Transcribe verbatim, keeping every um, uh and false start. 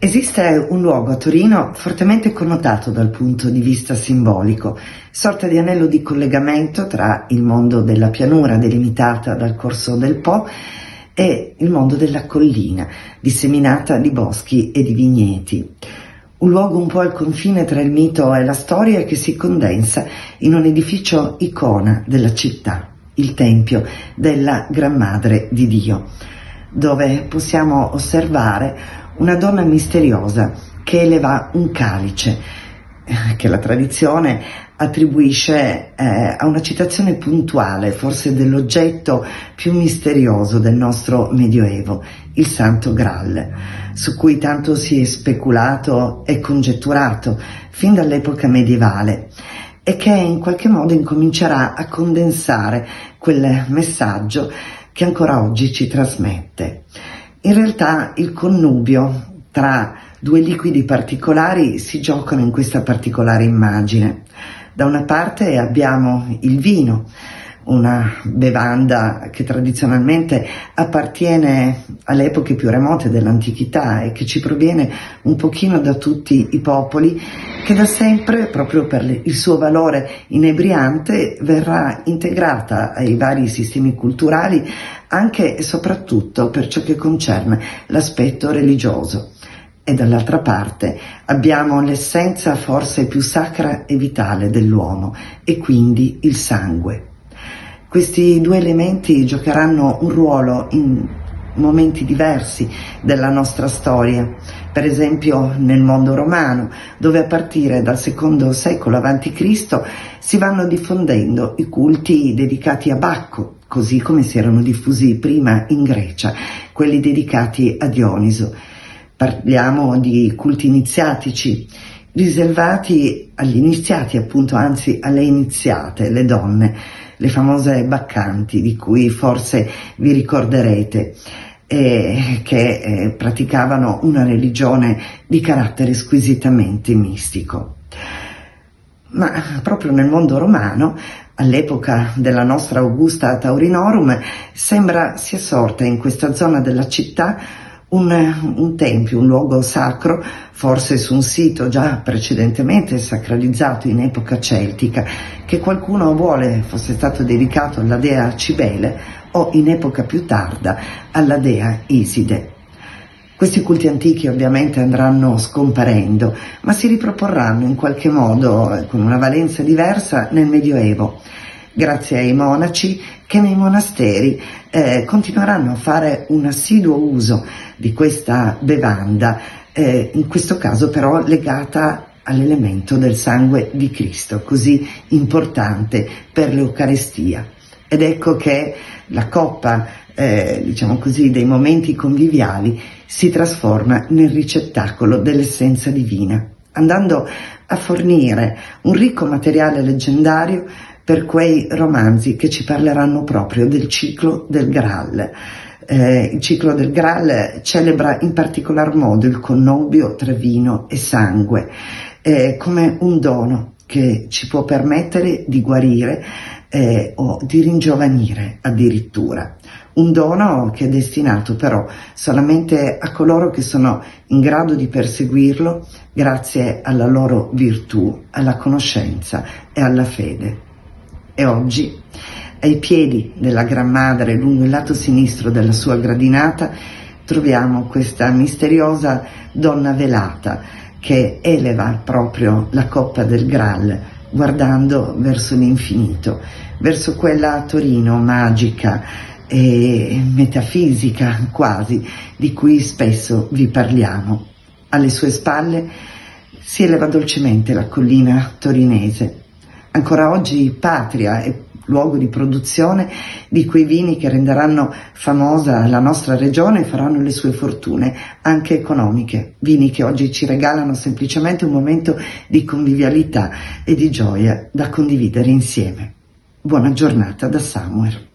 Esiste un luogo a Torino fortemente connotato dal punto di vista simbolico, sorta di anello di collegamento tra il mondo della pianura delimitata dal corso del Po e il mondo della collina, disseminata di boschi e di vigneti. Un luogo un po' al confine tra il mito e la storia che si condensa in un edificio icona della città, il Tempio della Gran Madre di Dio, dove possiamo osservare una donna misteriosa che eleva un calice, che la tradizione attribuisce eh, a una citazione puntuale, forse dell'oggetto più misterioso del nostro Medioevo, il Santo Graal, su cui tanto si è speculato e congetturato fin dall'epoca medievale, e che in qualche modo incomincerà a condensare quel messaggio che ancora oggi ci trasmette. In realtà il connubio tra due liquidi particolari si giocano in questa particolare immagine. Da una parte abbiamo il vino, una bevanda che tradizionalmente appartiene alle epoche più remote dell'antichità e che ci proviene un pochino da tutti i popoli, che da sempre, proprio per il suo valore inebriante, verrà integrata ai vari sistemi culturali anche e soprattutto per ciò che concerne l'aspetto religioso. E dall'altra parte abbiamo l'essenza forse più sacra e vitale dell'uomo, e quindi il sangue. Questi due elementi giocheranno un ruolo in momenti diversi della nostra storia, per esempio nel mondo romano, dove a partire dal secondo secolo avanti Cristo si vanno diffondendo i culti dedicati a Bacco, così come si erano diffusi prima in Grecia, quelli dedicati a Dioniso. Parliamo di culti iniziatici, riservati agli iniziati, appunto, anzi alle iniziate, le donne, le famose baccanti, di cui forse vi ricorderete, eh, che eh, praticavano una religione di carattere squisitamente mistico. Ma proprio nel mondo romano, all'epoca della nostra Augusta Taurinorum, sembra sia sorta in questa zona della città Un, un tempio, un luogo sacro, forse su un sito già precedentemente sacralizzato in epoca celtica, che qualcuno vuole fosse stato dedicato alla dea Cibele o in epoca più tarda alla dea Iside. Questi culti antichi ovviamente andranno scomparendo, ma si riproporranno in qualche modo con una valenza diversa nel Medioevo, grazie ai monaci che nei monasteri eh, continueranno a fare un assiduo uso di questa bevanda, eh, in questo caso però legata all'elemento del sangue di Cristo, così importante per l'Eucarestia. Ed ecco che la coppa, eh, diciamo così, dei momenti conviviali si trasforma nel ricettacolo dell'essenza divina, andando a fornire un ricco materiale leggendario per quei romanzi che ci parleranno proprio del ciclo del Graal. Eh, il ciclo del Graal celebra in particolar modo il connubio tra vino e sangue, eh, come un dono che ci può permettere di guarire eh, o di ringiovanire addirittura. Un dono che è destinato però solamente a coloro che sono in grado di perseguirlo grazie alla loro virtù, alla conoscenza e alla fede. E oggi, ai piedi della Gran Madre, lungo il lato sinistro della sua gradinata, troviamo questa misteriosa donna velata che eleva proprio la coppa del Graal, guardando verso l'infinito, verso quella Torino magica e metafisica quasi, di cui spesso vi parliamo. Alle sue spalle si eleva dolcemente la collina torinese, ancora oggi patria e luogo di produzione di quei vini che renderanno famosa la nostra regione e faranno le sue fortune, anche economiche. Vini che oggi ci regalano semplicemente un momento di convivialità e di gioia da condividere insieme. Buona giornata da Samuel.